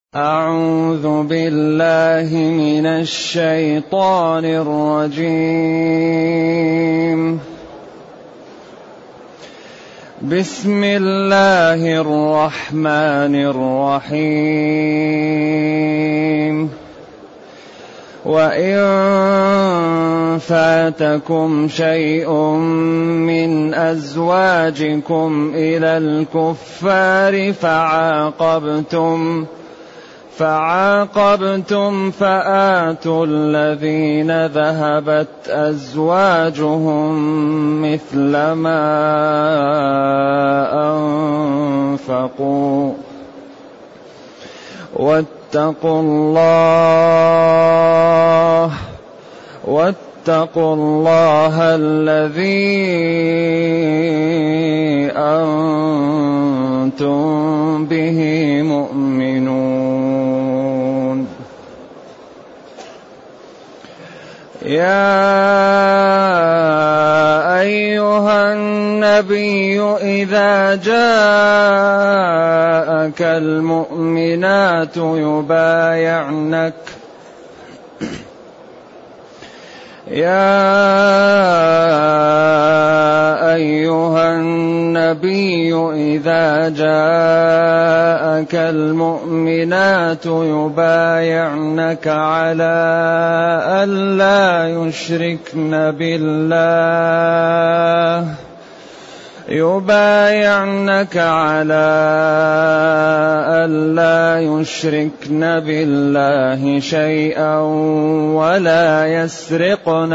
أعوذ بالله من الشيطان الرجيم. بسم الله الرحمن الرحيم. وإن فاتكم شيء من أزواجكم إلى الكفار فعاقبتم فآتوا الذين ذهبت أزواجهم مثل ما أنفقوا واتقوا الله الذي أنتم به مؤمنون. يا أيها النبي إذا جاءك المؤمنات يبايعنك على ألا يشركن بالله شيئا ولا يسرقن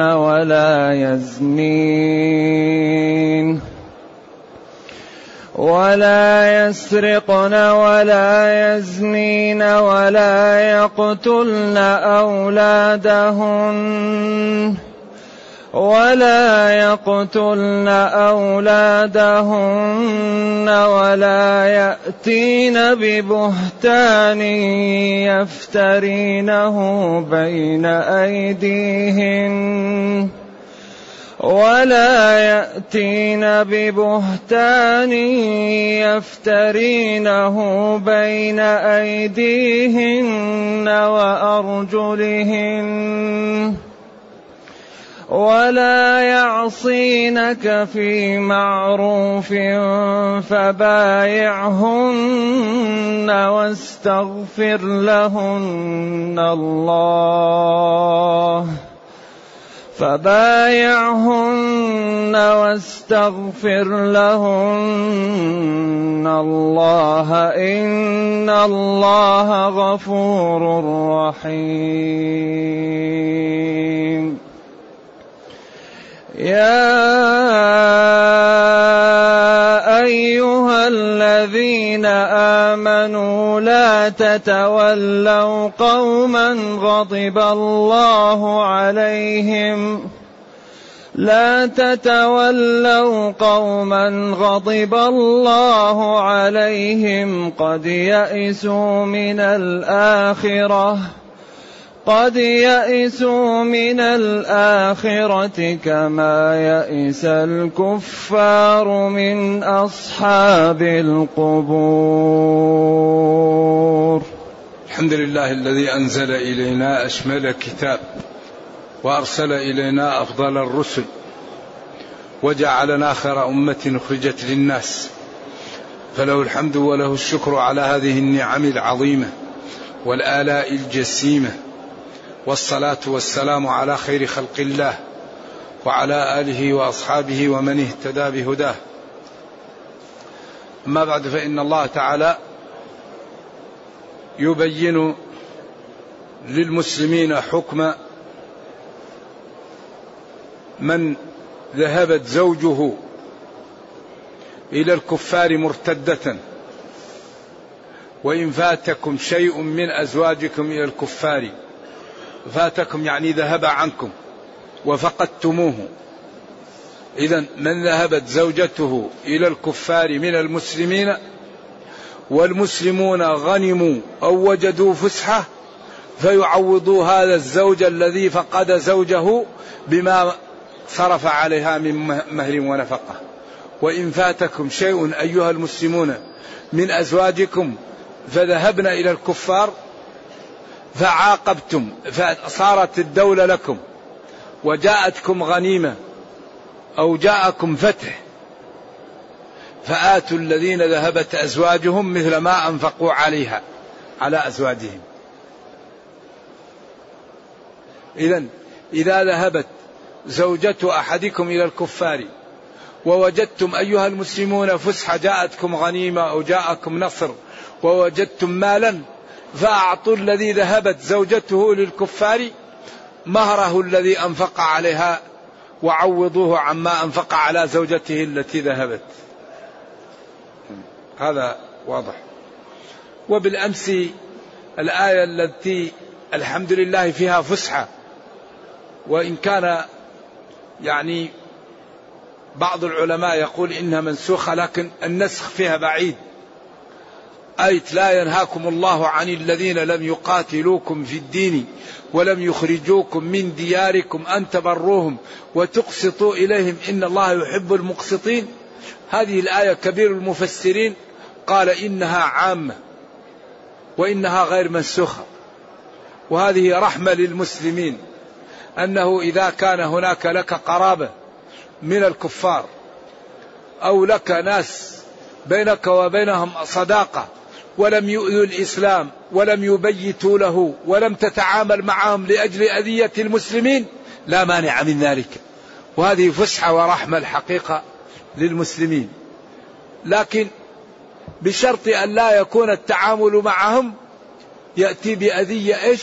ولا يزنين ولا يقتلن أولادهن ولا يأتين ببهتان يفترينه بين أيديهن وأرجلهن ولا يعصينك في معروف فبايعهن واستغفر لهن الله إن الله غفور رحيم. يا أيها الذين آمنوا لا تتولوا قوما غضب الله عليهم قد يئسوا من الآخرة كما يئس الكفار من أصحاب القبور. الحمد لله الذي أنزل إلينا أشمل كتاب وأرسل إلينا أفضل الرسل وجعلنا خير أمة أخرجت للناس، فله الحمد وله الشكر على هذه النعم العظيمة والآلاء الجسيمة، والصلاة والسلام على خير خلق الله وعلى آله وأصحابه ومن اهتدى بهداه. أما بعد، فإن الله تعالى يبين للمسلمين حكم من ذهبت زوجه إلى الكفار مرتدة. وإن فاتكم شيء من أزواجكم إلى الكفار، فاتكم يعني ذهب عنكم وفقدتموه. إذن من ذهبت زوجته إلى الكفار من المسلمين والمسلمون غنموا أو وجدوا فسحة فيعوضوا هذا الزوج الذي فقد زوجه بما صرف عليها من مهر ونفقة. وإن فاتكم شيء أيها المسلمون من أزواجكم فذهبن إلى الكفار فعاقبتم فصارت الدولة لكم وجاءتكم غنيمة أو جاءكم فتح فآتوا الذين ذهبت أزواجهم مثل ما أنفقوا عليها على أزواجهم. إذا ذهبت زوجة أحدكم إلى الكفار ووجدتم أيها المسلمون فسحة جاءتكم غنيمة أو جاءكم نصر ووجدتم مالا فأعطوا الذي ذهبت زوجته للكفار مهره الذي أنفق عليها وعوضوه عما أنفق على زوجته التي ذهبت. هذا واضح. وبالأمس الآية التي الحمد لله فيها فسحة، وإن كان يعني بعض العلماء يقول إنها منسوخة لكن النسخ فيها بعيد. آية لا ينهاكم الله عن الذين لم يقاتلوكم في الدين ولم يخرجوكم من دياركم أن تبروهم وتقسطوا إليهم إن الله يحب المقسطين. هذه الآية كبير المفسرين قال إنها عامة وإنها غير منسوخة، وهذه رحمة للمسلمين أنه إذا كان هناك لك قرابة من الكفار أو لك ناس بينك وبينهم صداقة ولم يؤذوا الإسلام ولم يبيتوا له ولم تتعامل معهم لأجل أذية المسلمين لا مانع من ذلك، وهذه فسحة ورحمة الحقيقة للمسلمين، لكن بشرط أن لا يكون التعامل معهم يأتي بأذية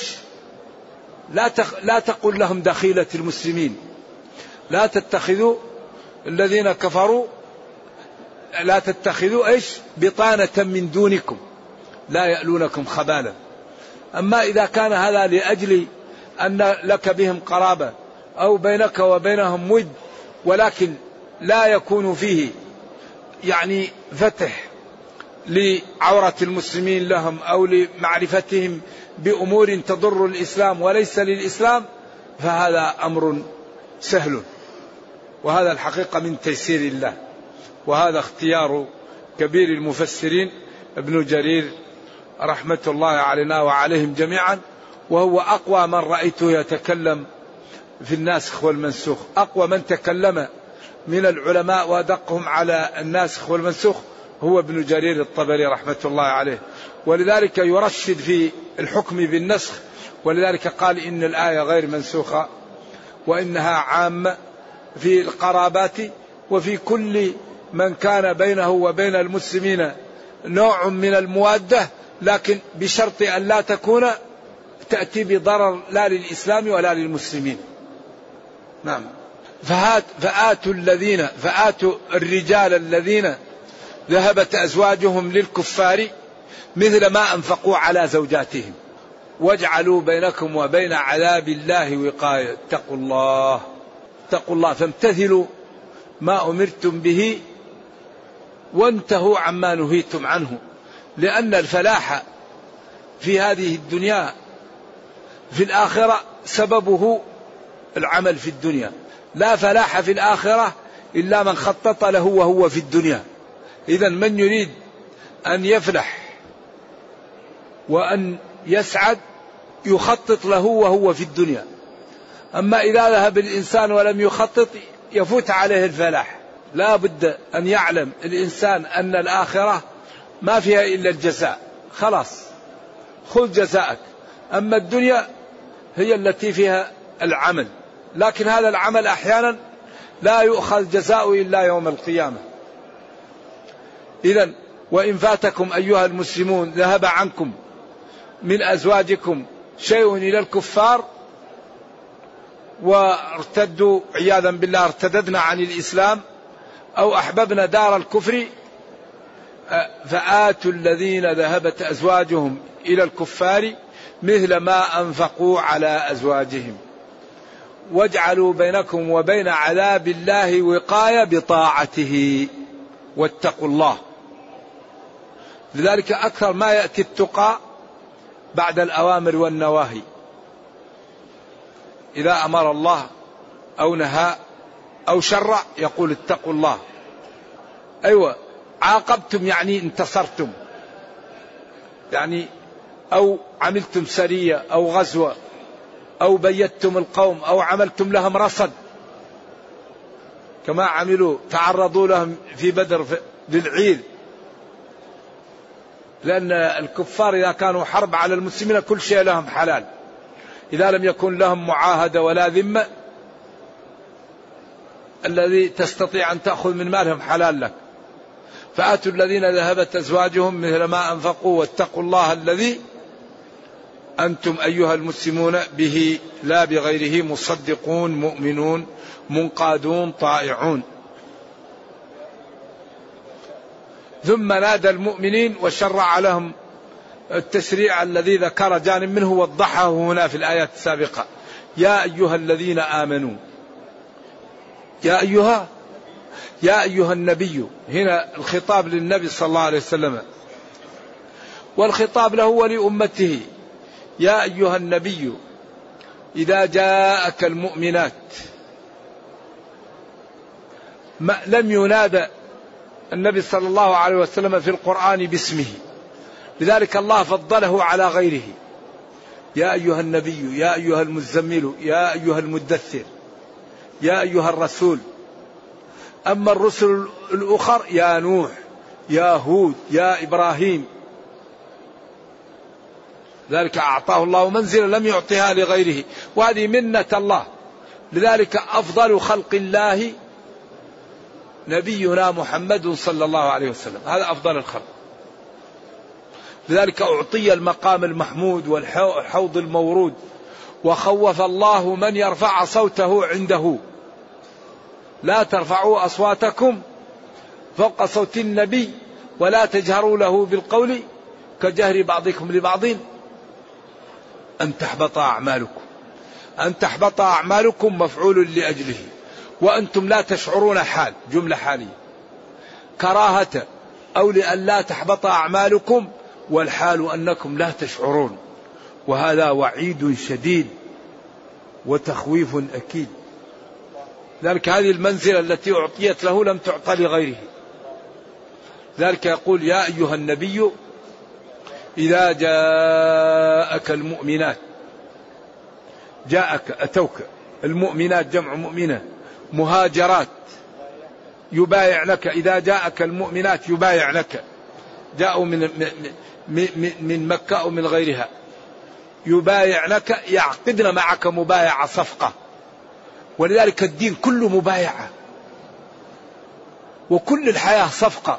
لا تقل لهم دخيلة المسلمين، لا تتخذوا الذين كفروا لا تتخذوا بطانة من دونكم لا يألونكم خبالا. أما إذا كان هذا لأجل أن لك بهم قرابة أو بينك وبينهم ود ولكن لا يكون فيه يعني فتح لعورة المسلمين لهم أو لمعرفتهم بأمور تضر الإسلام وليس للإسلام، فهذا أمر سهل، وهذا الحقيقة من تيسير الله، وهذا اختيار كبير المفسرين ابن جرير رحمة الله علينا وعليهم جميعا، وهو أقوى من رأيته يتكلم في الناسخ والمنسوخ، أقوى من تكلم من العلماء وأدقهم على الناسخ والمنسوخ هو ابن جرير الطبري رحمة الله عليه، ولذلك يرشد في الحكم بالنسخ، ولذلك قال إن الآية غير منسوخة وإنها عامة في القرابات وفي كل من كان بينه وبين المسلمين نوع من الموادة، لكن بشرط أن لا تكون تأتي بضرر لا للإسلام ولا للمسلمين. نعم. فآتوا الرجال الذين ذهبت أزواجهم للكفار مثل ما أنفقوا على زوجاتهم واجعلوا بينكم وبين عذاب الله وقاية. اتقوا الله فامتثلوا ما أمرتم به وانتهوا عما نهيتم عنه، لأن الفلاح في هذه الدنيا في الآخرة سببه العمل في الدنيا، لا فلاح في الآخرة إلا من خطط له وهو في الدنيا. إذا من يريد أن يفلح وأن يسعد يخطط له وهو في الدنيا، أما إذا ذهب الإنسان ولم يخطط يفوت عليه الفلاح. لا بد أن يعلم الإنسان أن الآخرة ما فيها إلا الجزاء، خلاص خذ جزاءك، أما الدنيا هي التي فيها العمل، لكن هذا العمل أحيانا لا يؤخذ جزاء إلا يوم القيامة. إذن وإن فاتكم أيها المسلمون ذهب عنكم من أزواجكم شيء إلى الكفار وارتدوا عياذا بالله ارتددنا عن الإسلام أو أحببنا دار الكفر، فآتوا الذين ذهبت أزواجهم إلى الكفار مثل ما أنفقوا على أزواجهم واجعلوا بينكم وبين عذاب الله وقاية بطاعته واتقوا الله. لذلك أكثر ما يأتي التقى بعد الأوامر والنواهي، إذا أمر الله أو نهى أو شرع يقول اتقوا الله. أيوة عاقبتم يعني انتصرتم، يعني أو عملتم سرية أو غزوة أو بيتم القوم أو عملتم لهم رصد كما عملوا تعرضوا لهم في بدر للعير، لأن الكفار إذا كانوا حرب على المسلمين كل شيء لهم حلال، إذا لم يكن لهم معاهدة ولا ذمة الذي تستطيع أن تأخذ من مالهم حلال لك. فآتوا الذين ذهبت أزواجهم مثل ما أنفقوا واتقوا الله الذي أنتم أيها المسلمون به لا بغيره مصدقون مؤمنون منقادون طائعون. ثم نادى المؤمنين وشرع لهم التشريع الذي ذكر جانب منه وضحه هنا في الآيات السابقة. يا أيها الذين آمنوا، يا أيها النبي، هنا الخطاب للنبي صلى الله عليه وسلم والخطاب له ولأمته. يا أيها النبي إذا جاءك المؤمنات، لم ينادى النبي صلى الله عليه وسلم في القرآن باسمه، لذلك الله فضله على غيره. يا أيها النبي، يا أيها المزمل، يا أيها المدثر، يا أيها الرسول. أما الرسل الأخر يا نوح، يا هود، يا إبراهيم، ذلك أعطاه الله منزلة لم يعطيها لغيره، وهذه منة الله. لذلك أفضل خلق الله نبينا محمد صلى الله عليه وسلم، هذا أفضل الخلق. لذلك أعطي المقام المحمود والحوض المورود. وخوف الله من يرفع صوته عنده. لا ترفعوا أصواتكم فوق صوت النبي ولا تجهروا له بالقول كجهر بعضكم لبعض أن تحبط أعمالكم. أن تحبط أعمالكم مفعول لأجله وأنتم لا تشعرون، حال جملة حالية، كراهة أو لأن لا تحبط أعمالكم والحال أنكم لا تشعرون. وهذا وعيد شديد وتخويف أكيد. ذلك هذه المنزلة التي أعطيت له لم تعطى لغيره. ذلك يقول يا أيها النبي إذا جاءك المؤمنات، جاءك أتوك، المؤمنات جمع مؤمنة، مهاجرات يبايعنك. إذا جاءك المؤمنات يبايعنك، جاءوا من مكة أو من غيرها، يبايعنك يعقدن معك مبايعة صفقة. ولذلك الدين كله مبايعة وكل الحياة صفقة.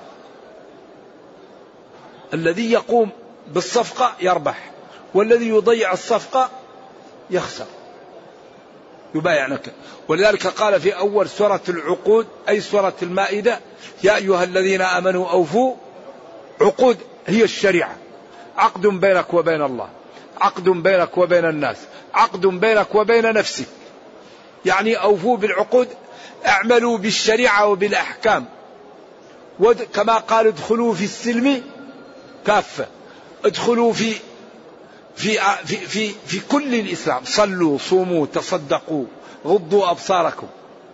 الذي يقوم بالصفقة يربح والذي يضيع الصفقة يخسر. يبايعنك. ولذلك قال في أول سورة العقود أي سورة المائدة يا أيها الذين آمنوا أوفوا عقود، هي الشريعة، عقد بينك وبين الله، عقد بينك وبين الناس، عقد بينك وبين نفسك. يعني أوفوا بالعقود، اعملوا بالشريعة وبالأحكام. كما قال ادخلوا في السلم كافة، ادخلوا في كل الإسلام، صلوا صوموا تصدقوا غضوا أبصاركم.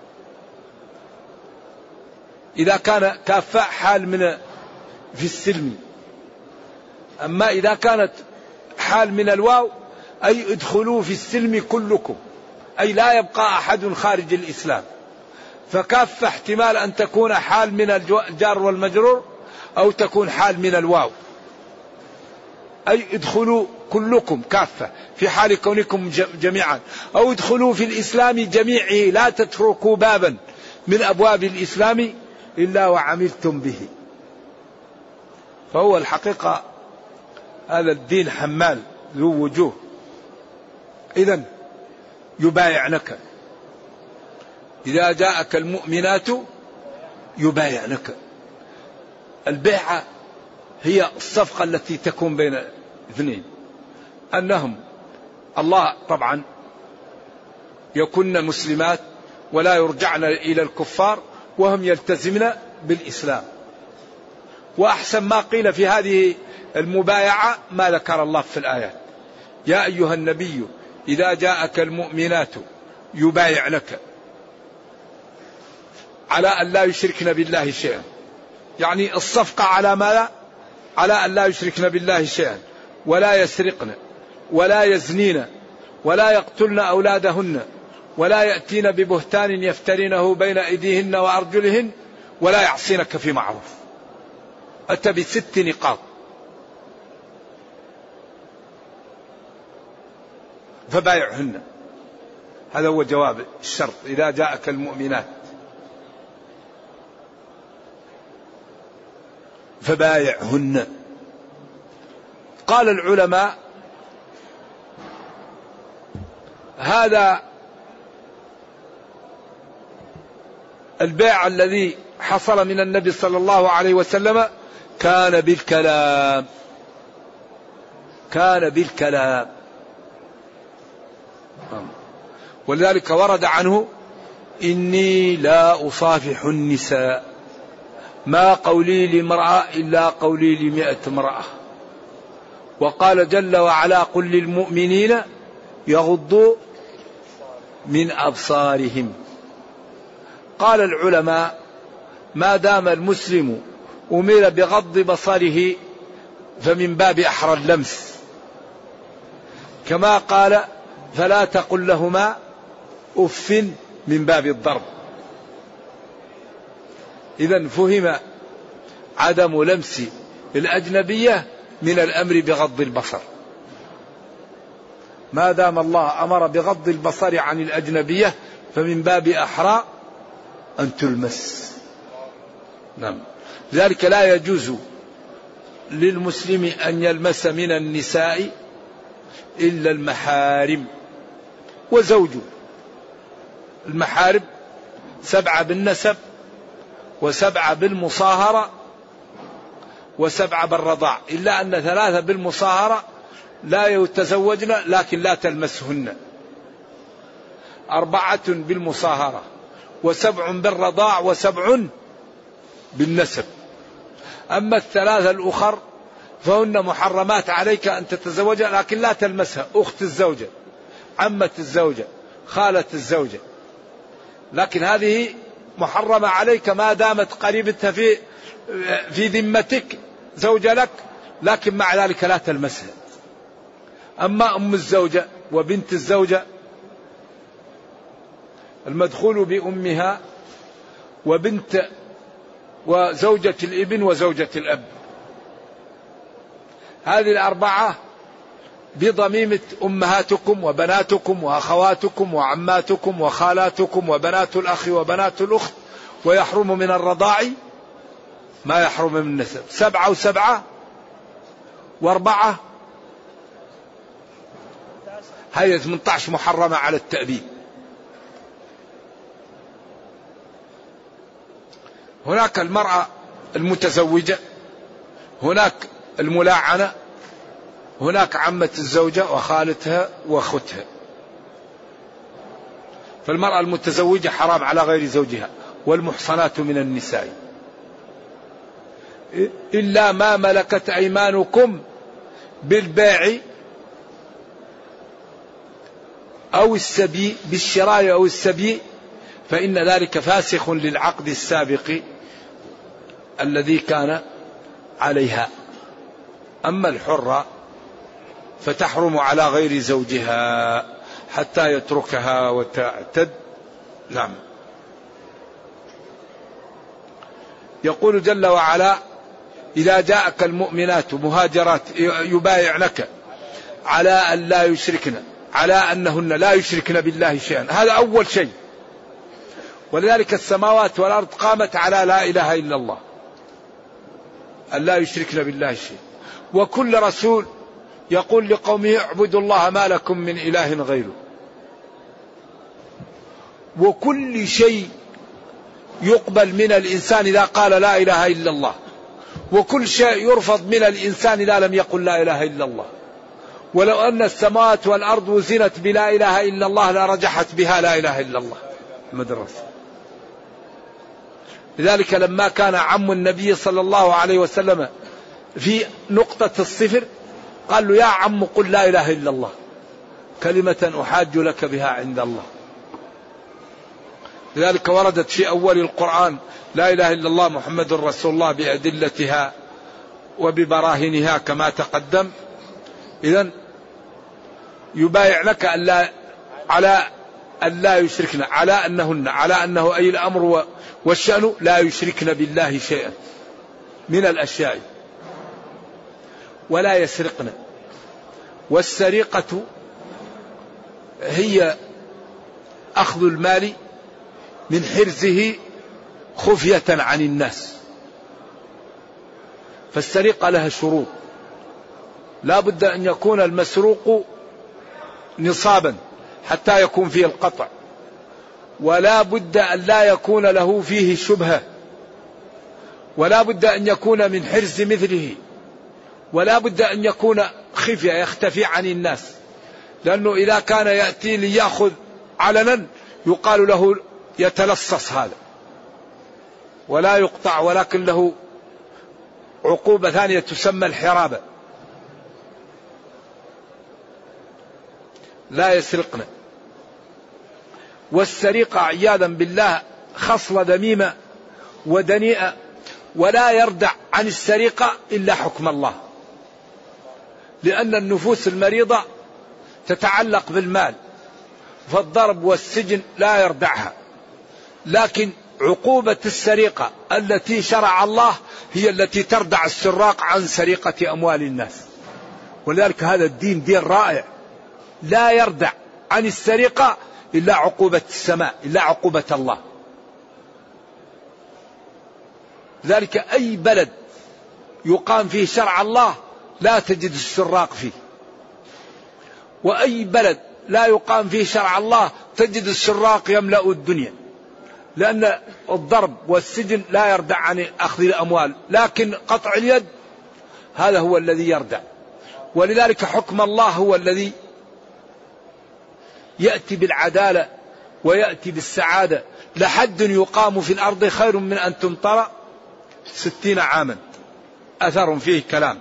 إذا كان كافة حال من في السلم. أما إذا كانت حال من الواو أي ادخلوا في السلم كلكم، أي لا يبقى أحد خارج الإسلام. فكافة احتمال أن تكون حال من الجار والمجرور أو تكون حال من الواو، أي ادخلوا كلكم كافة في حال كونكم جميعا، أو ادخلوا في الإسلام جميعه، لا تتركوا بابا من أبواب الإسلام إلا وعملتم به. فهو الحقيقة هذا الدين حمال ذو وجوه. إذن يبايعنك، إذا جاءك المؤمنات يبايعنك. البيعة هي الصفقة التي تكون بين اثنين، أنهم الله طبعا يكن مسلمات ولا يرجعن إلى الكفار وهم يلتزمن بالإسلام. وأحسن ما قيل في هذه المبايعة ما ذكر الله في الآيات. يا أيها النبي إذا جاءك المؤمنات يبايعنك على أن لا يشركن بالله شيئا. يعني الصفقة على ماذا؟ على أن لا يشركن بالله شيئا ولا يسرقن ولا يزنين ولا يقتلن أولادهن ولا يأتين ببهتان يفترينه بين أيديهن وأرجلهن ولا يعصينك في معروف. أتى ب6 نقاط. فبايعهن، هذا هو جواب الشرط إذا جاءك المؤمنات. فبايعهن. قال العلماء هذا البيع الذي حصل من النبي صلى الله عليه وسلم كان بالكلام، كان بالكلام. ولذلك ورد عنه إني لا أصافح النساء ما قولي لامرأة إلا قولي ل100 امرأة. وقال جل وعلا قل للمؤمنين يغضوا من أبصارهم. قال العلماء ما دام المسلم أمر بغض بصره فمن باب أحرى اللمس، كما قال فلا تقل لهما أف من باب الضرب. إذن فهم عدم لمس الأجنبية من الأمر بغض البصر. ما دام الله أمر بغض البصر عن الأجنبية فمن باب أحرى أن تلمس. نعم. لذلك لا يجوز للمسلم أن يلمس من النساء إلا المحارم وزوجه. المحارم 7 بالنسب و7 بالمصاهرة و7 بالرضاع، إلا أن 3 بالمصاهرة لا يتزوجن لكن لا تلمسهن، 4 بالمصاهرة و7 بالرضاع و7 بالنسب. أما 3 الأخر فهن محرمات عليك أن تتزوجها لكن لا تلمسها، أخت الزوجة، عمة الزوجة، خالة الزوجة، لكن هذه محرمة عليك ما دامت قريبتها في ذمتك زوجة لك، لكن مع ذلك لا تلمسها. أما أم الزوجة وبنت الزوجة المدخول بأمها وبنت وزوجة الابن وزوجة الأب، هذه ال4 بضميمة أمهاتكم وبناتكم وأخواتكم وعماتكم وخالاتكم وبنات الأخ وبنات الأخت، ويحرم من الرضاع ما يحرم من النسب. 7 و7 و4 هي 18 محرمة على التأبيد. هناك المرأة المتزوجة، هناك الملاعنة، هناك عمة الزوجة وخالتها واختها. فالمرأة المتزوجة حرام على غير زوجها، والمحصنات من النساء إلا ما ملكت أيمانكم بالبيع أو السبي، بالشراء أو السبي، فإن ذلك فاسخ للعقد السابق الذي كان عليها. أما الحرة فتحرم على غير زوجها حتى يتركها وتعتد. نعم. يقول جل وعلا إذا جاءك المؤمنات مهاجرات يبايعنك على أن لا يشركن، على أنهن لا يشركن بالله شيئا، هذا أول شيء. ولذلك السماوات والأرض قامت على لا إله إلا الله، أن لا يشركن بالله شيئا. وكل رسول يقول لقومه اعبدوا الله ما لكم من إله غيره. وكل شيء يقبل من الإنسان إذا قال لا إله إلا الله، وكل شيء يرفض من الإنسان إذا لم يقل لا إله إلا الله. ولو أن السماوات والأرض وزنت بلا إله إلا الله لرجحت بها لا إله إلا الله مدرسة. لذلك لما كان عم النبي صلى الله عليه وسلم في نقطة الصفر قال له يا عم قل لا إله إلا الله كلمة أحاج لك بها عند الله. لذلك وردت في أول القرآن لا إله إلا الله محمد رسول الله بأدلتها وببراهينها كما تقدم. إذن يبايع لك على أن لا يشركن، على أنه أي الأمر والشأن لا يشركن بالله شيئا من الأشياء، ولا يسرقن. والسرقة هي أخذ المال من حرزه خفية عن الناس. فالسرقة لها شروط، لا بد أن يكون المسروق نصابا حتى يكون فيه القطع، ولا بد أن لا يكون له فيه شبهة، ولا بد أن يكون من حرز مثله، ولا بد أن يكون خفية يختفي عن الناس، لأنه إذا كان يأتي ليأخذ علنا يقال له يتلصص هذا ولا يقطع، ولكن له عقوبة ثانية تسمى الحرابة. لا يسرقن. والسرقة عياذا بالله خصلة ذميمة ودنيئة، ولا يردع عن السرقة إلا حكم الله، لأن النفوس المريضة تتعلق بالمال، فالضرب والسجن لا يردعها. لكن عقوبة السرقة التي شرع الله هي التي تردع السراق عن سرقة أموال الناس. ولذلك هذا الدين دين رائع، لا يردع عن السرقة إلا عقوبة السماء، إلا عقوبة الله. ذلك أي بلد يقام فيه شرع الله لا تجد السراق فيه، وأي بلد لا يقام فيه شرع الله تجد السراق يملأ الدنيا، لأن الضرب والسجن لا يردع عن أخذ الأموال، لكن قطع اليد هذا هو الذي يردع. ولذلك حكم الله هو الذي يأتي بالعدالة ويأتي بالسعادة. لحد يقام في الأرض خير من أن تمطر 60 عاما. أثر فيه كلام.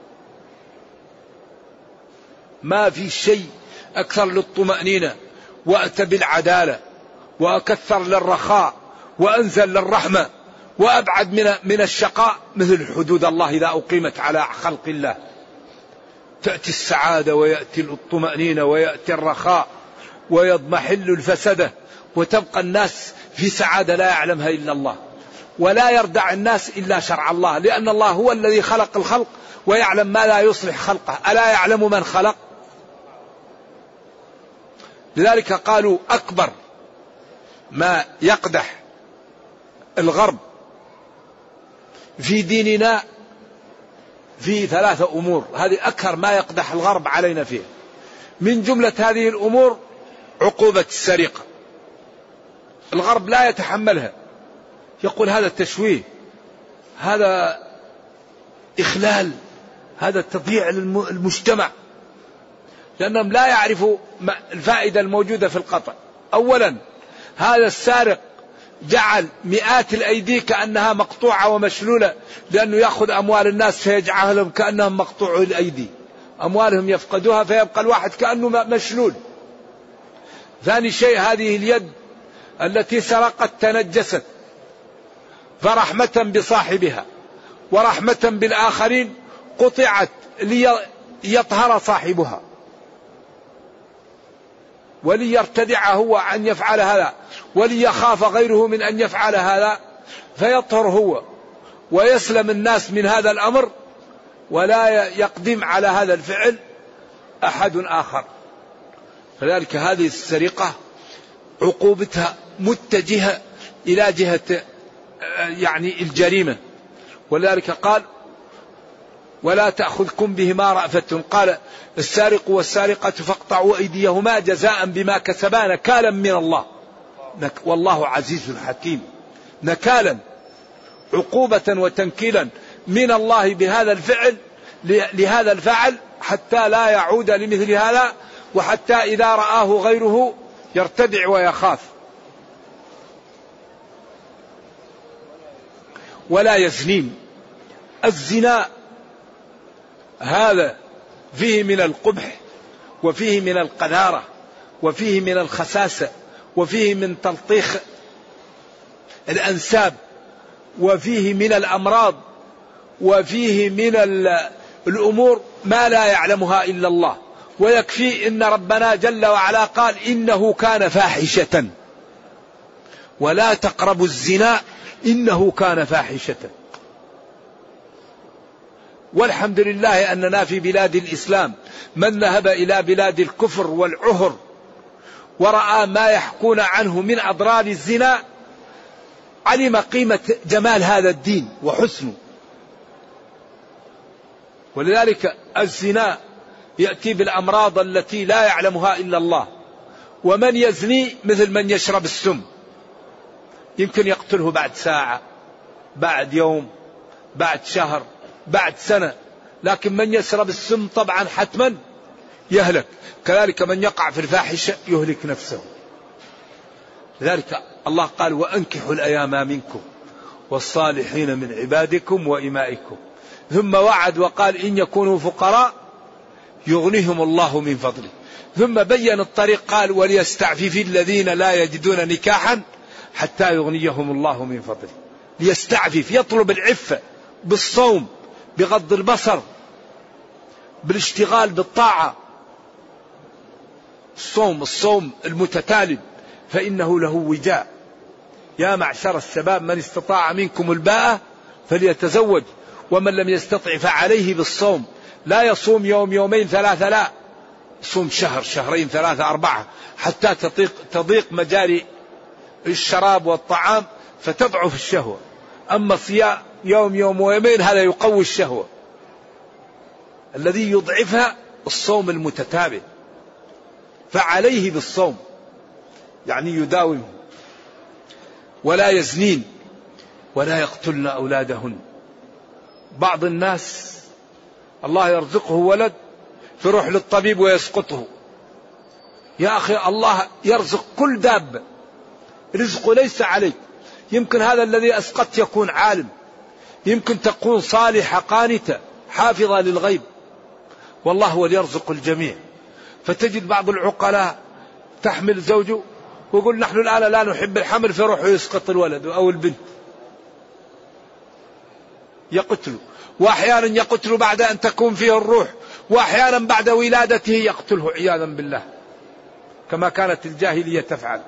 ما في شيء أكثر للطمأنينة وأتى بالعدالة وأكثر للرخاء وأنزل للرحمة وأبعد من الشقاء مثل حدود الله إذا أقيمت على خلق الله. تأتي السعادة ويأتي الطمأنينة ويأتي الرخاء ويضمحل الفسدة، وتبقى الناس في سعادة لا يعلمها إلا الله. ولا يردع الناس إلا شرع الله، لأن الله هو الذي خلق الخلق ويعلم ما لا يصلح خلقه. ألا يعلم من خلق؟ لذلك قالوا أكبر ما يقدح الغرب في ديننا في 3 أمور، هذه أكثر ما يقدح الغرب علينا فيها. من جملة هذه الأمور عقوبة السرقة. الغرب لا يتحملها، يقول هذا تشويه، هذا إخلال، هذا تضييع للمجتمع، لأنهم لا يعرفوا الفائدة الموجودة في القطع. أولا هذا السارق جعل مئات الأيدي كأنها مقطوعة ومشلولة، لأنه يأخذ أموال الناس فيجعلهم كأنهم مقطوع الأيدي، أموالهم يفقدوها فيبقى الواحد كأنه مشلول. ثاني شيء هذه اليد التي سرقت تنجست، فرحمة بصاحبها ورحمة بالآخرين قطعت ليطهر صاحبها وليرتدع هو أن يفعل هذا، وليخاف غيره من أن يفعل هذا، فيطهر هو ويسلم الناس من هذا الأمر، ولا يقدم على هذا الفعل أحد آخر. فذلك هذه السرقة عقوبتها متجهة إلى جهة يعني الجريمة. ولذلك قال ولا تأخذكم بهما رأفة، قال السارق والسارقة فاقطعوا أيديهما جزاء بما كسبا نكالا من الله، والله عزيز حكيم. نكالا، عقوبة وتنكيلا من الله بهذا الفعل لهذا الفعل، حتى لا يعود لمثل هذا، وحتى إذا رآه غيره يرتدع ويخاف. ولا يزنين. الزنا هذا فيه من القبح وفيه من القذارة وفيه من الخساسة وفيه من تلطيخ الأنساب وفيه من الأمراض وفيه من الأمور ما لا يعلمها إلا الله. ويكفي إن ربنا جل وعلا قال إنه كان فاحشة ولا تقربوا الزنا إنه كان فاحشة. والحمد لله أننا في بلاد الإسلام من ذهب إلى بلاد الكفر والعهر ورأى ما يحكون عنه من أضرار الزنا علم قيمة جمال هذا الدين وحسنه. ولذلك الزنا يأتي بالأمراض التي لا يعلمها إلا الله. ومن يزني مثل من يشرب السم، يمكن يقتله بعد ساعة، بعد يوم، بعد شهر، بعد سنة، لكن من يشرب السم طبعا حتما يهلك. كذلك من يقع في الفاحشة يهلك نفسه. لذلك الله قال وأنكحوا الأيام منكم والصالحين من عبادكم وإمائكم، ثم وعد وقال إن يكونوا فقراء يغنيهم الله من فضله، ثم بين الطريق قال وليستعفف الذين لا يجدون نكاحا حتى يغنيهم الله من فضله. ليستعفف، يطلب العفة بالصوم، بغض البصر، بالاشتغال بالطاعة. الصوم المتتالي فإنه له وجاء. يا معشر الشباب من استطاع منكم الباءة فليتزوج ومن لم يستطع فعليه بالصوم. لا يصوم يوم يومين ثلاثة، لا، صوم شهر شهرين ثلاثة أربعة حتى تضيق مجاري الشراب والطعام فتضعف الشهوة. أما صيام يوم يوم ويومين هذا يقوي الشهوة. الذي يضعفها الصوم المتتابع، فعليه بالصوم يعني يداومه. ولا يزنين ولا يقتلن أولادهن. بعض الناس الله يرزقه ولد فيروح للطبيب ويسقطه. يا أخي الله يرزق كل دابة، رزقه ليس عليك. يمكن هذا الذي أسقط يكون عالم، يمكن تكون صالحة قانتة حافظة للغيب، والله هو يرزق الجميع. فتجد بعض العقلاء تحمل زوجه ويقول نحن الآن لا نحب الحمل، فيروح يسقط الولد أو البنت، يقتله. وأحيانا يقتله بعد أن تكون فيه الروح، وأحيانا بعد ولادته يقتله عياذا بالله كما كانت الجاهلية تفعل.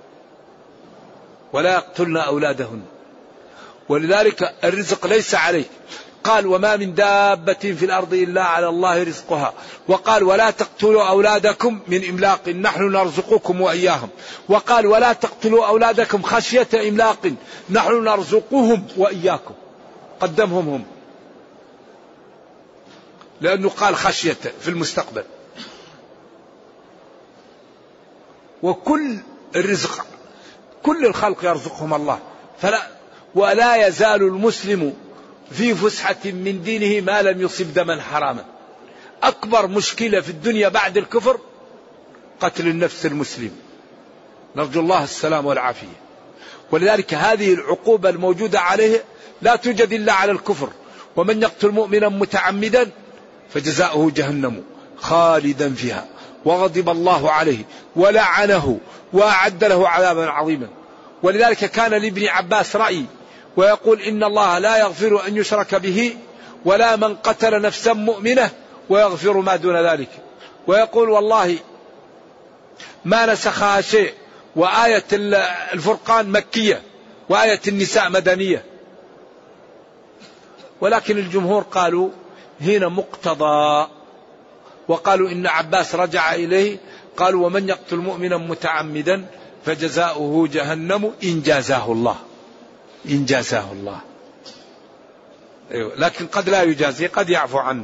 ولا يقتلن أولادهن. ولذلك الرزق ليس عليك. قال وما من دابة في الأرض إلا على الله رزقها. وقال ولا تقتلوا أولادكم من إملاق نحن نرزقكم وإياهم. وقال ولا تقتلوا أولادكم خشية إملاق نحن نرزقهم وإياكم. قدمهم هم لأنه قال خشية في المستقبل. وكل الرزق كل الخلق يرزقهم الله. ولا يزال المسلم في فسحة من دينه ما لم يصب دما حراما. أكبر مشكلة في الدنيا بعد الكفر قتل النفس المسلم، نرجو الله السلام والعافية. ولذلك هذه العقوبة الموجودة عليه لا توجد إلا على الكفر. ومن يقتل مؤمنا متعمدا فجزاؤه جهنم خالدا فيها وغضب الله عليه ولعنه وأعد له عذابا عظيما. ولذلك كان لابن عباس رأي ويقول إن الله لا يغفر أن يشرك به ولا من قتل نفسا مؤمنة ويغفر ما دون ذلك. ويقول والله ما نسخها شيء، وآية الفرقان مكية وآية النساء مدنية. ولكن الجمهور قالوا هنا مقتضى، وقالوا إن عباس رجع إليه قالوا ومن يقتل مؤمنا متعمدا فجزاؤه جهنم إن جازاه الله. إن جازاه الله، أيوة. لكن قد لا يجازي، قد يعفو عنه.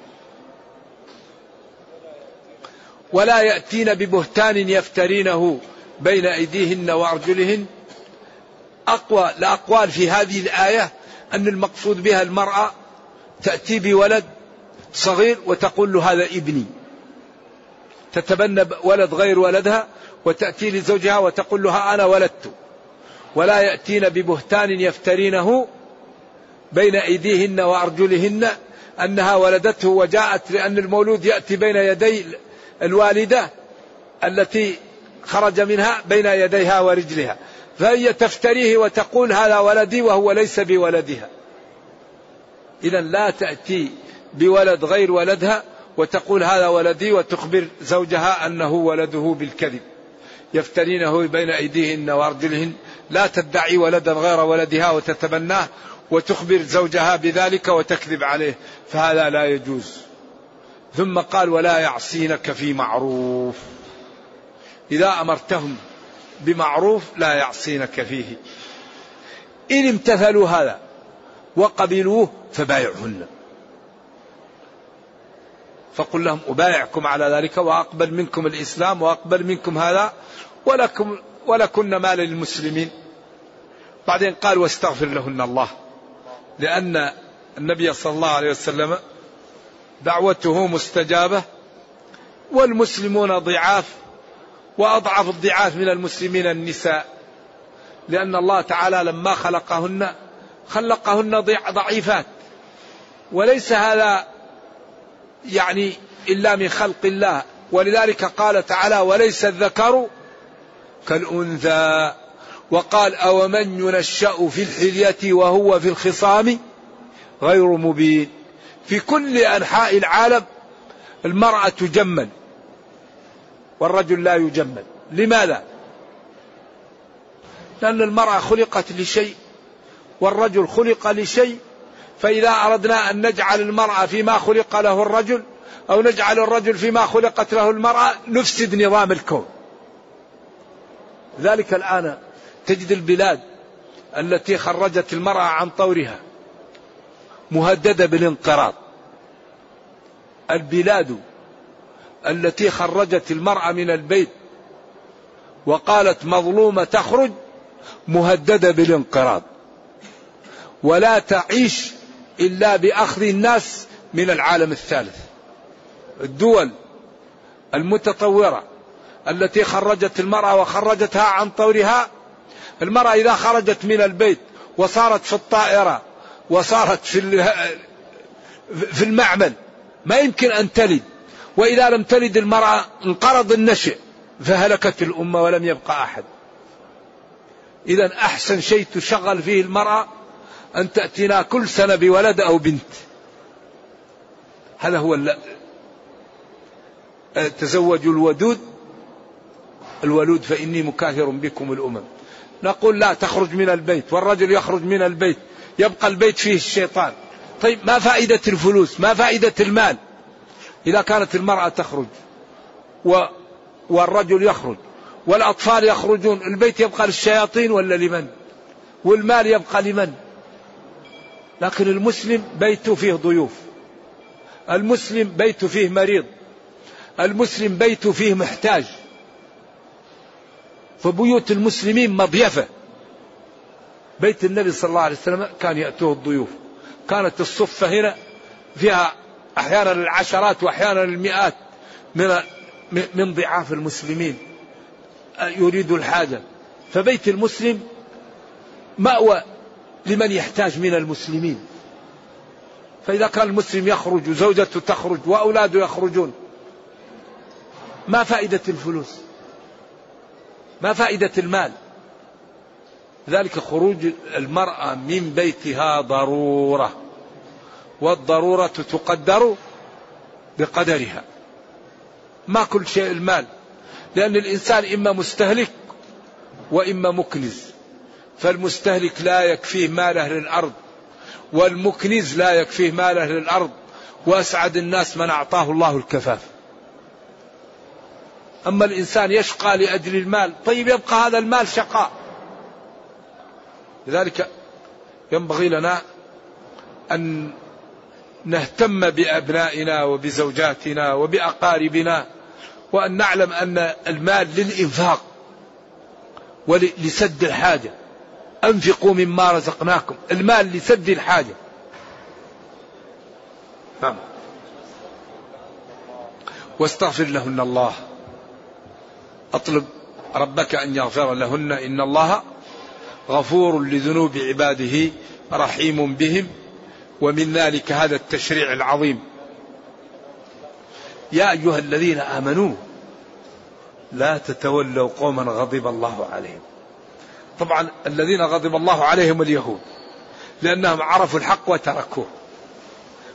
ولا يأتين ببهتان يفترينه بين أيديهن وأرجلهن. أقوى الأقوال في هذه الآية أن المقصود بها المرأة تأتي بولد صغير وتقول له هذا ابني، تتبنى ولد غير ولدها وتأتي لزوجها وتقول له أنا ولدت. ولا يأتين ببهتان يفترينه بين أيديهن وأرجلهن أنها ولدته وجاءت، لأن المولود يأتي بين يدي الوالدة التي خرج منها بين يديها ورجلها، فهي تفتريه وتقول هذا ولدي وهو ليس بولدها. إذا لا تأتي بولد غير ولدها وتقول هذا ولدي وتخبر زوجها أنه ولده بالكذب، يفترينه بين أيديهن وأرجلهن. لا تدعي ولدا غير ولدها وتتبناه وتخبر زوجها بذلك وتكذب عليه، فهذا لا يجوز. ثم قال ولا يعصينك في معروف، إذا أمرتهم بمعروف لا يعصينك فيه. إن امتثلوا هذا وقبلوه فبايعهن، فقل لهم أبايعكم على ذلك وأقبل منكم الإسلام وأقبل منكم هذا ولكن مال للمسلمين. بعدين قال واستغفر لهن الله، لأن النبي صلى الله عليه وسلم دعوته مستجابة والمسلمون ضعاف، وأضعف الضعاف من المسلمين النساء، لأن الله تعالى لما خلقهن ضعيفات، وليس هذا يعني إلا من خلق الله. ولذلك قال تعالى وليس الذكر كالأنثى، وقال أومن ينشأ في الحلية وهو في الخصام غير مبين. في كل أنحاء العالم المرأة تجمل والرجل لا يجمل. لماذا؟ لأن المرأة خلقت لشيء والرجل خلق لشيء، فإذا أردنا أن نجعل المرأة فيما خلق له الرجل أو نجعل الرجل فيما خلقت له المرأة نفسد نظام الكون. ذلك الآن تجد البلاد التي خرجت المرأة عن طورها مهددة بالانقراض. البلاد التي خرجت المرأة من البيت وقالت مظلومة تخرج مهددة بالانقراض، ولا تعيش إلا بأخذ الناس من العالم الثالث. الدول المتطورة التي خرجت المرأة وخرجتها عن طورها، المرأة إذا خرجت من البيت وصارت في الطائرة وصارت في المعمل ما يمكن أن تلد، وإذا لم تلد المرأة انقرض النشء فهلكت الأمة ولم يبقى أحد. إذا أحسن شيء تشغل فيه المرأة أن تأتينا كل سنة بولد أو بنت. هذا هو تزوجوا الولود فإني مكاثر بكم الأمم. نقول لا، تخرج من البيت والرجل يخرج من البيت، يبقى البيت فيه الشيطان. طيب ما فائدة الفلوس؟ ما فائدة المال إذا كانت المرأة تخرج والرجل يخرج والأطفال يخرجون؟ البيت يبقى للشياطين ولا لمن؟ والمال يبقى لمن؟ لكن المسلم بيته فيه ضيوف، المسلم بيته فيه مريض، المسلم بيته فيه محتاج. فبيوت المسلمين مضيفة. بيت النبي صلى الله عليه وسلم كان يأتوه الضيوف، كانت الصفة هنا فيها أحيانا العشرات وأحيانا المئات من ضعاف المسلمين يريد الحاجة. فبيت المسلم مأوى لمن يحتاج من المسلمين. فإذا كان المسلم يخرج وزوجته تخرج وأولاده يخرجون، ما فائدة الفلوس؟ ما فائدة المال؟ ذلك خروج المرأة من بيتها ضرورة، والضرورة تقدر بقدرها. ما كل شيء المال، لأن الإنسان إما مستهلك وإما مكنز. فالمستهلك لا يكفيه ماله للأرض، والمكنز لا يكفيه ماله للأرض، وأسعد الناس من أعطاه الله الكفاف. أما الإنسان يشقى لأجل المال، طيب يبقى هذا المال شقاء. لذلك ينبغي لنا أن نهتم بأبنائنا وبزوجاتنا وبأقاربنا، وأن نعلم أن المال للإنفاق ولسد الحاجة. أنفقوا مما رزقناكم، المال لسد الحاجة. نعم. واستغفر لهن الله، أطلب ربك أن يغفر لهن إن الله غفور لذنوب عباده رحيم بهم. ومن ذلك هذا التشريع العظيم: يا أيها الذين آمنوا لا تتولوا قوما غضب الله عليهم. طبعا الذين غضب الله عليهم اليهود، لأنهم عرفوا الحق وتركوه.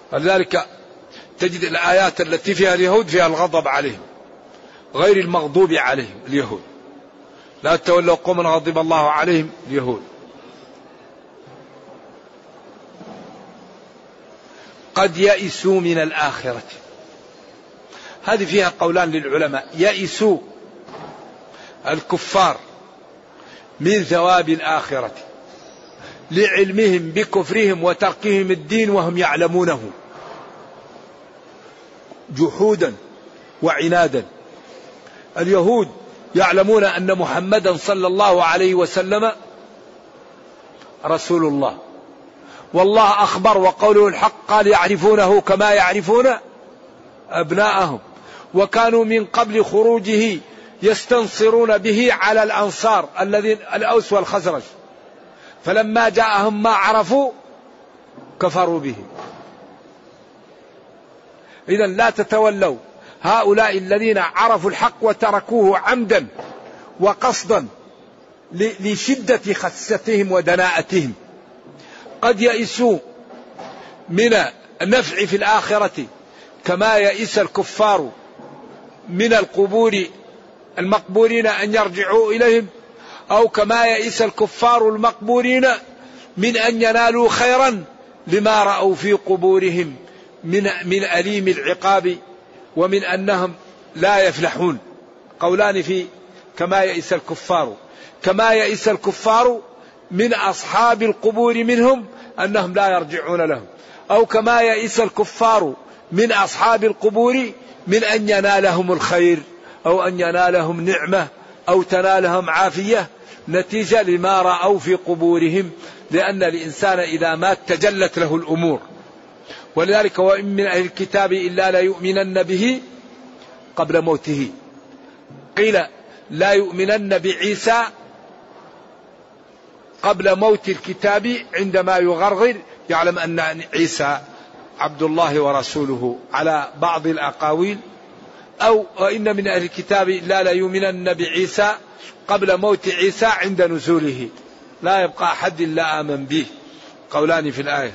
ولذلك تجد الآيات التي فيها اليهود فيها الغضب عليهم، غير المغضوب عليهم اليهود. لا تولوا قوما غضب الله عليهم اليهود. قد يئسوا من الآخرة، هذه فيها قولان للعلماء. يئسوا الكفار من ثواب الآخرة لعلمهم بكفرهم وتركهم الدين وهم يعلمونه جحودا وعنادا. اليهود يعلمون أن محمدا صلى الله عليه وسلم رسول الله، والله أخبر وقوله الحق قال يعرفونه كما يعرفون أبناءهم، وكانوا من قبل خروجه يستنصرون به على الأنصار الذين الأوس والخزرج، فلما جاءهم ما عرفوا كفروا به. إذا لا تتولوا هؤلاء الذين عرفوا الحق وتركوه عمدا وقصدا لشدة خستهم ودناءتهم. قد يئسوا من النفع في الآخرة كما يئس الكفار من القبور المقبورين أن يرجعوا إليهم، أو كما يئس الكفار المقبورين من أن ينالوا خيرا لما رأوا في قبورهم من أليم العقاب ومن أنهم لا يفلحون. قولان في كما يئس الكفار، كما يئس الكفار من أصحاب القبور منهم أنهم لا يرجعون لهم، أو كما يئس الكفار من أصحاب القبور من أن ينالهم الخير أو أن ينالهم نعمة أو تنالهم عافية نتيجة لما رأوا في قبورهم، لأن الإنسان إذا مات تجلت له الأمور. ولذلك وإن من أهل الكتاب إلا لا يؤمنن به قبل موته. قيل لا يؤمنن بعيسى قبل موت الكتاب عندما يغرغر يعلم أن عيسى عبد الله ورسوله على بعض الأقاويل، أو وإن من أهل الكتاب إلا لا يؤمنن بعيسى قبل موت عيسى عند نزوله، لا يبقى أحد إلا آمن به. قولان في الآية.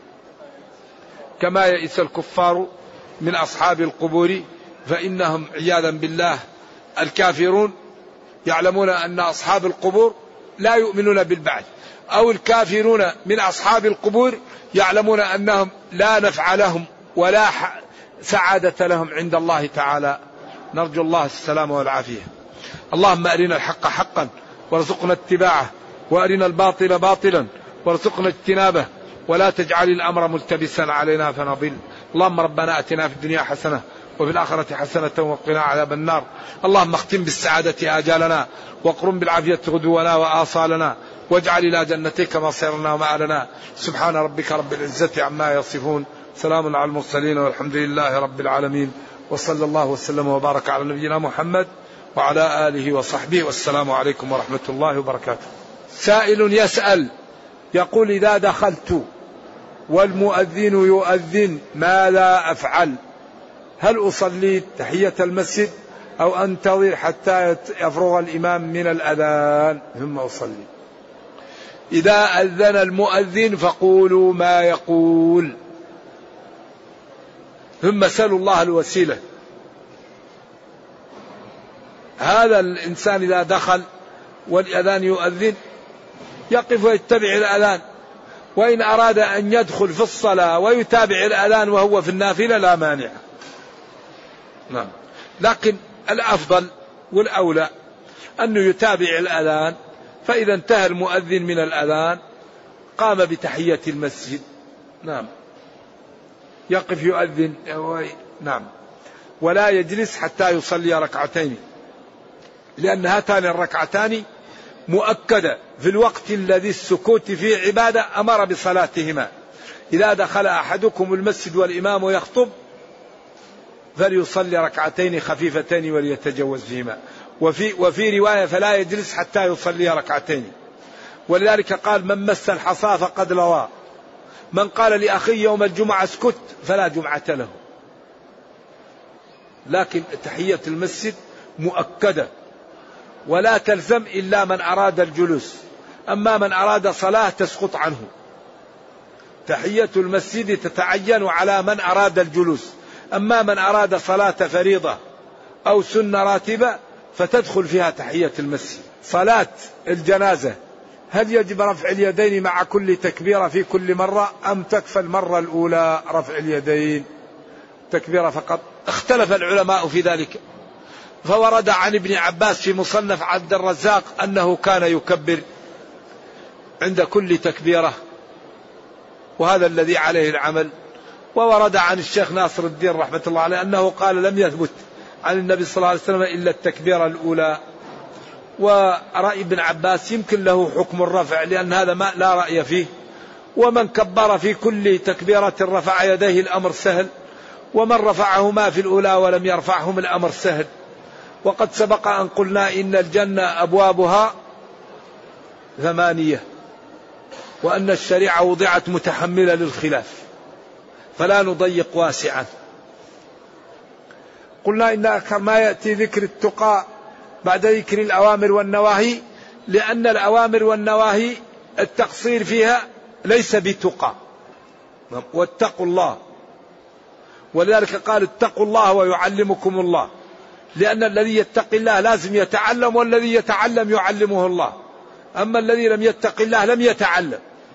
كما يئس الكفار من أصحاب القبور فإنهم عياذا بالله الكافرون يعلمون أن أصحاب القبور لا يؤمنون بالبعث، أو الكافرون من أصحاب القبور يعلمون أنهم لا نفع لهم ولا سعادة لهم عند الله تعالى. نرجو الله السلام والعافية. اللهم أرنا الحق حقا وارزقنا اتباعه، وأرنا الباطل باطلا وارزقنا اجتنابه، ولا تجعل الأمر ملتبسا علينا فنضل. اللهم ربنا أتنا في الدنيا حسنة وفي الآخرة حسنة وقنا عذاب النار. اللهم اختم بالسعادة آجالنا، واقرم بالعافية غدونا وآصالنا، واجعل إلى جنتك مصيرنا ومآلنا. سبحان ربك رب العزة عما يصفون، سلام على المرسلين والحمد لله رب العالمين، وصلى الله وسلم وبارك على نبينا محمد وعلى آله وصحبه، والسلام عليكم ورحمة الله وبركاته. سائل يسأل يقول إذا دخلت والمؤذن يؤذن ماذا أفعل؟ هل أصلي تحية المسجد أو أنتظر حتى يفرغ الإمام من الأذان ثم أصلي؟ إذا أذن المؤذن فقولوا ما يقول، ثم سلوا الله الوسيلة. هذا الإنسان إذا دخل والأذان يؤذن يقف ويتبع الأذان، وإن أراد أن يدخل في الصلاة ويتابع الأذان وهو في النافلة لا مانع. نعم. لكن الأفضل والأولى أنه يتابع الأذان، فإذا انتهى المؤذن من الأذان قام بتحية المسجد. نعم. يقف يؤذن. نعم. ولا يجلس حتى يصلي ركعتين، لأن هاتان الركعتان مؤكدة في الوقت الذي السكوت فيه عبادة أمر بصلاتهما. إذا دخل أحدكم المسجد والإمام يخطب فليصلي ركعتين خفيفتين وليتجوز فيهما. وفي رواية فلا يجلس حتى يصلي ركعتين. ولذلك قال من مس الحصى فقد لوى. من قال لأخي يوم الجمعة اسكت فلا جمعة له. لكن تحية المسجد مؤكدة ولا تلزم إلا من أراد الجلوس، أما من أراد صلاة تسقط عنه. تحية المسجد تتعين على من أراد الجلوس، أما من أراد صلاة فريضة أو سنة راتبة فتدخل فيها تحية المسجد. صلاة الجنازة هل يجب رفع اليدين مع كل تكبيرة في كل مرة أم تكفى المرة الأولى رفع اليدين تكبيرة فقط؟ اختلف العلماء في ذلك، فورد عن ابن عباس في مصنف عبد الرزاق أنه كان يكبر عند كل تكبيرة، وهذا الذي عليه العمل. وورد عن الشيخ ناصر الدين رحمة الله عليه أنه قال لم يثبت عن النبي صلى الله عليه وسلم إلا التكبيرة الأولى. ورأي ابن عباس يمكن له حكم الرفع لأن هذا ما لا رأي فيه، ومن كبر في كل تكبيرة رفع يديه الأمر سهل، ومن رفعهما في الأولى ولم يرفعهم الأمر سهل. وقد سبق أن قلنا إن الجنة أبوابها 8، وأن الشريعة وضعت متحملة للخلاف فلا نضيق واسعا. قلنا إن أكثر ما يأتي ذكر التقى بعد ذكر الأوامر والنواهي، لأن الأوامر والنواهي التقصير فيها ليس بتقى، واتقوا الله، ولذلك قال اتقوا الله ويعلمكم الله، لأن الذي يتقي الله لازم يتعلم، والذي يتعلم يعلمه الله، أما الذي لم يتق الله لم يتعلم.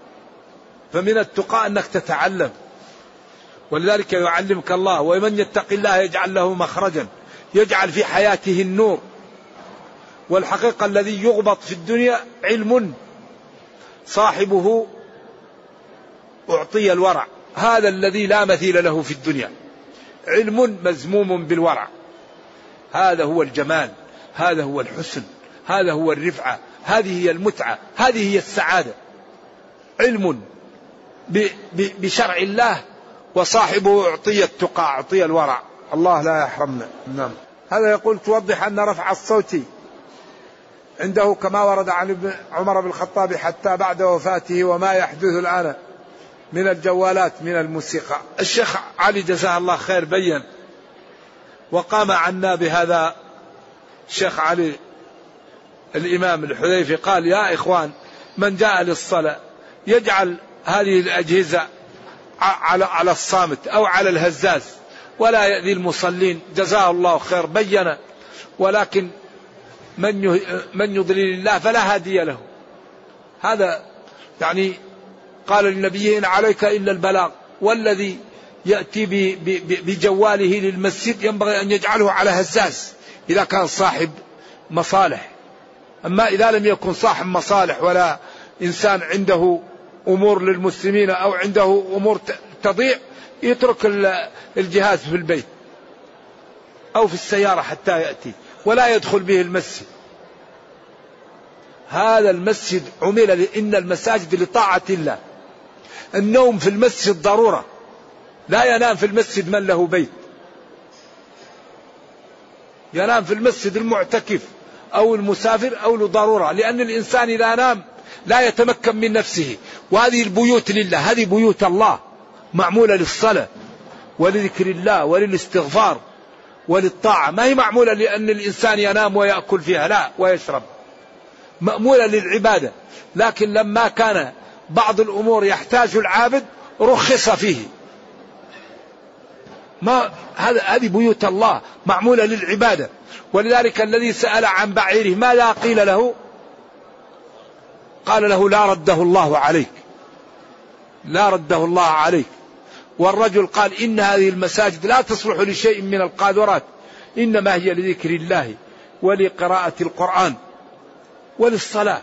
فمن التقى أنك تتعلم، ولذلك يعلمك الله. ومن يتق الله يجعل له مخرجا، يجعل في حياته النور. والحقيقة الذي يغبط في الدنيا علم صاحبه أعطي الورع، هذا الذي لا مثيل له في الدنيا، علم مزموم بالورع. هذا هو الجمال، هذا هو الحسن، هذا هو الرفعة، هذه هي المتعة، هذه هي السعادة. علم بشرع الله وصاحبه أعطي التقى، أعطي الورع، الله لا يحرمنا. نعم. هذا يقول توضح أن رفع الصوت عنده كما ورد عن ابن عمر بن الخطاب حتى بعد وفاته، وما يحدث الآن من الجوالات من الموسيقى. الشيخ علي جزاه الله خير بين وقام عنا بهذا الشيخ علي الإمام الحذيفي، قال يا إخوان من جاء للصلاة يجعل هذه الأجهزة على الصامت أو على الهزاز ولا يأذي المصلين، جزاه الله خير بين. ولكن من يضلل الله فلا هادي له. هذا يعني قال للنبي إن عليك إلا البلاغ، والذي يأتي بجواله للمسجد ينبغي أن يجعله على هزاز إذا كان صاحب مصالح. أما إذا لم يكن صاحب مصالح ولا إنسان عنده أمور للمسلمين أو عنده أمور تضيع، يترك الجهاز في البيت أو في السيارة حتى يأتي، ولا يدخل به المسجد. هذا المسجد عمل إن المساجد لطاعة الله. النوم في المسجد ضرورة، لا ينام في المسجد من له بيت، ينام في المسجد المعتكف أو المسافر أو لضرورة، لأن الإنسان إذا نام لا يتمكن من نفسه. وهذه البيوت لله، هذه بيوت الله معمولة للصلاة ولذكر الله وللاستغفار وللطاعة، ما هي معمولة لأن الإنسان ينام ويأكل فيها لا ويشرب، مأمولة للعبادة. لكن لما كان بعض الأمور يحتاج العابد رخص فيه. هذه بيوت الله معمولة للعبادة. ولذلك الذي سأل عن بعيره ماذا قيل له؟ قال له لا رده الله عليك، لا رده الله عليك. والرجل قال إن هذه المساجد لا تصلح لشيء من القاذورات، إنما هي لذكر الله ولقراءة القرآن وللصلاة.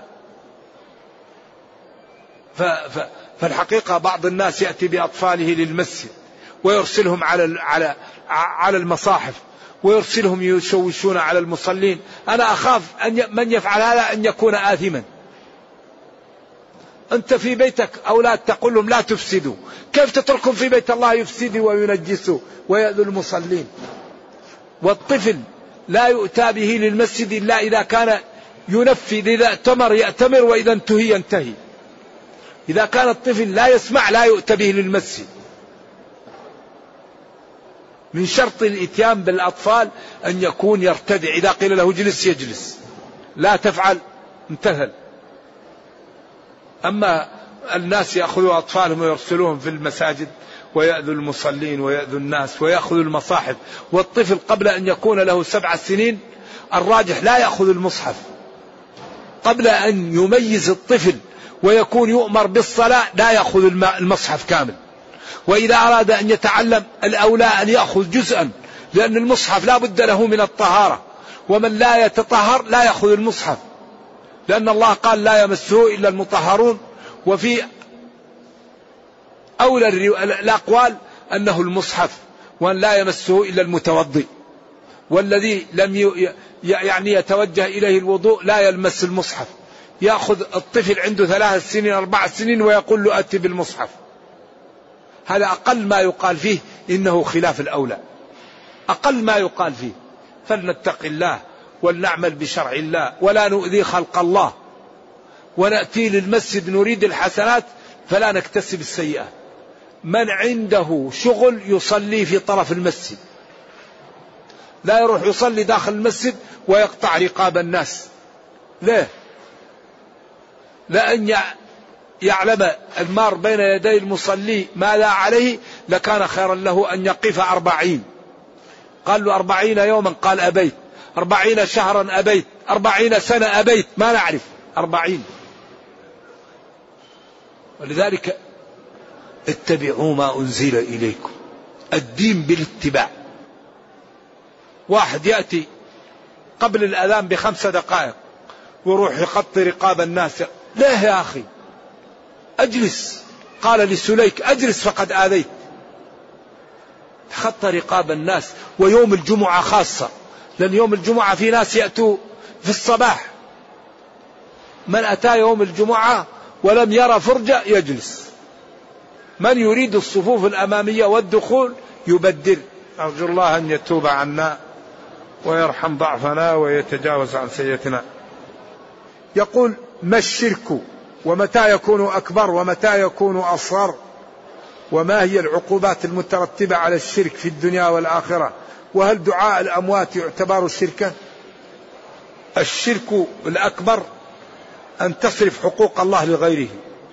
فالحقيقة بعض الناس يأتي بأطفاله للمسجد ويرسلهم على المصاحف ويرسلهم يشوشون على المصلين. أنا أخاف أن من يفعل هذا أن يكون آثما. أنت في بيتك أولاد تقول لهم لا تفسدوا، كيف تتركهم في بيت الله يفسدوا وينجسوا ويأذوا المصلين؟ والطفل لا يؤتى به للمسجد إلا إذا كان ينفذ، إذا ائتمر يأتمر وإذا انتهي ينتهي. إذا كان الطفل لا يسمع لا يؤتى به للمسجد. من شرط الإتيان بالأطفال أن يكون يرتدع، إذا قيل له اجلس يجلس، لا تفعل امتثل. أما الناس يأخذوا أطفالهم ويرسلوهم في المساجد ويأذوا المصلين ويأذوا الناس ويأخذوا المصاحف، والطفل قبل أن يكون له 7 سنين الراجح لا يأخذ المصحف، قبل أن يميز الطفل ويكون يؤمر بالصلاة لا يأخذ المصحف كامل. وإذا أراد أن يتعلم الأولى أن يأخذ جزءا، لأن المصحف لا بد له من الطهارة، ومن لا يتطهر لا يأخذ المصحف، لأن الله قال لا يمسه إلا المطهرون. وفي أولى الأقوال أنه المصحف، وأن لا يمسه إلا المتوضئ، والذي لم يتوجه إليه الوضوء لا يلمس المصحف. يأخذ الطفل عنده 3 سنين 4 سنين ويقول له أتي بالمصحف. هذا أقل ما يقال فيه إنه خلاف الأولى، أقل ما يقال فيه. فلنتق الله ولنعمل بشرع الله ولا نؤذي خلق الله، ونأتي للمسجد نريد الحسنات فلا نكتسب السيئات. من عنده شغل يصلي في طرف المسجد، لا يروح يصلي داخل المسجد ويقطع رقاب الناس. ليه؟ لأن يعلم المار بين يدي المصلي ماذا عليه لكان خيرا له أن يقف 40. قال له 40 يوما، قال أبيت. 40 شهرا أبيت. 40 سنة أبيت، ما نعرف 40. ولذلك اتبعوا ما أنزل إليكم، الدين بالاتباع. واحد يأتي قبل الأذان ب5 دقائق ويروح يقطي رقاب الناس. ليه يا أخي؟ أجلس. قال لسليك أجلس فقد آذيت. خط رقاب الناس. ويوم الجمعة خاصة، لأن يوم الجمعة في ناس يأتوا في الصباح. من أتى يوم الجمعة ولم يرى فرجة يجلس. من يريد الصفوف الأمامية والدخول يبدل. أرجو الله أن يتوب عنا ويرحم ضعفنا ويتجاوز عن سيئتنا. يقول: ما الشرك، ومتى يكون أكبر ومتى يكون أصغر، وما هي العقوبات المترتبة على الشرك في الدنيا والآخرة، وهل دعاء الأموات يعتبر شركا؟ الشرك الأكبر أن تصرف حقوق الله لغيره،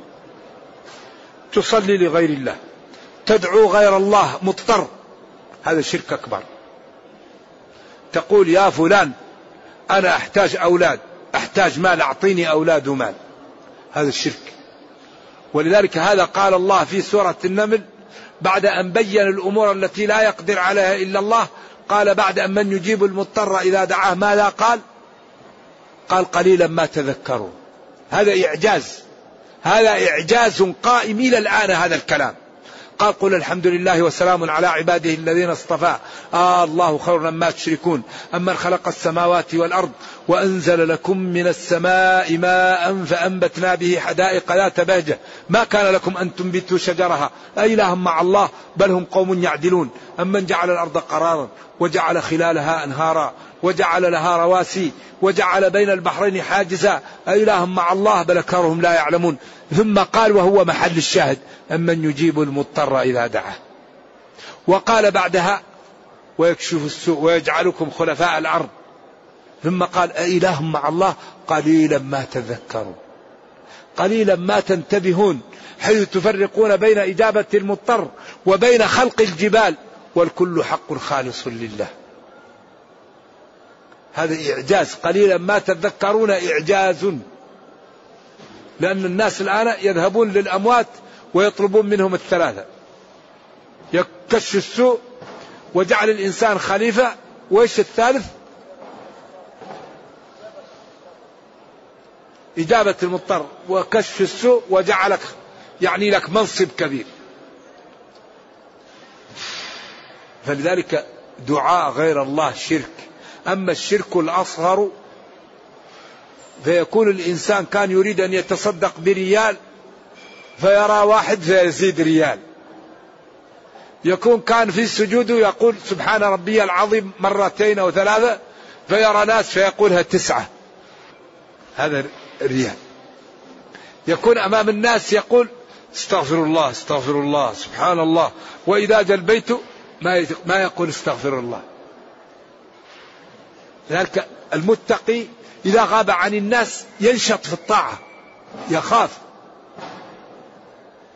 تصلي لغير الله، تدعو غير الله مضطر، هذا شرك أكبر. تقول يا فلان أنا أحتاج أولاد، أحتاج مال، أعطيني أولاد ومال، هذا الشرك. ولذلك هذا قال الله في سورة النمل بعد أن بين الأمور التي لا يقدر عليها إلا الله، قال بعد أن من يجيب المضطر إذا دعاه ماذا قال؟ قال قليلا ما تذكرون. هذا إعجاز، هذا إعجاز قائم إلى الآن هذا الكلام. قال قل الحمد لله وسلام على عباده الذين اصطفى الله خير مما تشركون أمن خلق السماوات والأرض وأنزل لكم من السماء ماء فأنبتنا به حدائق ذات بهجة ما كان لكم أن تنبتوا شجرها أإله مع الله بل هم قوم يعدلون أمن جعل الأرض قرارا وجعل خلالها أنهارا وجعل لها رواسي وجعل بين البحرين حاجزا أإله مع الله بل أكثرهم لا يعلمون. ثم قال وهو محل الشاهد أمن يجيب المضطر إذا دعاه. وقال بعدها ويكشف السوء ويجعلكم خلفاء الأرض. ثم قال أإله مع الله قليلا ما تذكرون، قليلا ما تنتبهون، حيث تفرقون بين إجابة المضطر وبين خلق الجبال والكل حق خالص لله. هذا إعجاز، قليلا ما تذكرون إعجاز. لأن الناس الآن يذهبون للأموات ويطلبون منهم الثلاثة: يكشف السوء وجعل الإنسان خليفة، وإيش الثالث؟ إجابة المضطر وكشف السوء وجعلك يعني لك منصب كبير. فلذلك دعاء غير الله شرك. أما الشرك الأصغر فيكون الإنسان كان يريد أن يتصدق بريال فيرى واحد فيزيد ريال، يكون كان في السجود يقول سبحان ربي العظيم 2 أو 3 فيرى ناس فيقولها 9، هذا الريال. يكون أمام الناس يقول استغفر الله استغفر الله سبحان الله، وإذا جاء البيت ما يقول استغفر الله. لذلك المتقي إذا غاب عن الناس ينشط في الطاعة، يخاف.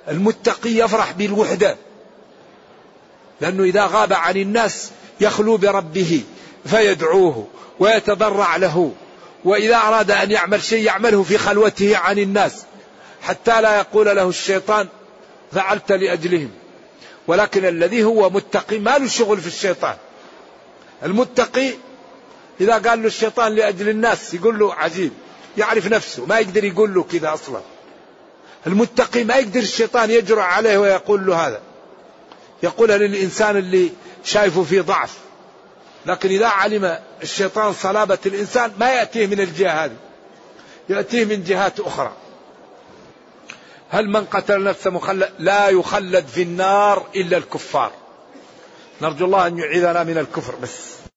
المتقي يفرح بالوحدة، لأنه إذا غاب عن الناس يخلو بربه فيدعوه ويتضرع له، وإذا أراد أن يعمل شيء يعمله في خلوته عن الناس حتى لا يقول له الشيطان فعلت لأجلهم. ولكن الذي هو متقي ما له شغل في الشيطان. المتقي إذا قال له الشيطان لأجل الناس يقول له عجيب، يعرف نفسه ما يقدر يقول له كذا أصلا. المتقي ما يقدر الشيطان يجرؤ عليه ويقول له هذا، يقولها للإنسان اللي شايفه فيه ضعف. لكن إذا علم الشيطان صلابة الإنسان ما يأتيه من الجهة هذه، يأتيه من جهات أخرى. هل من قتل نفسه مخلد؟ لا يخلد في النار إلا الكفار. نرجو الله أن يعيذنا من الكفر بس.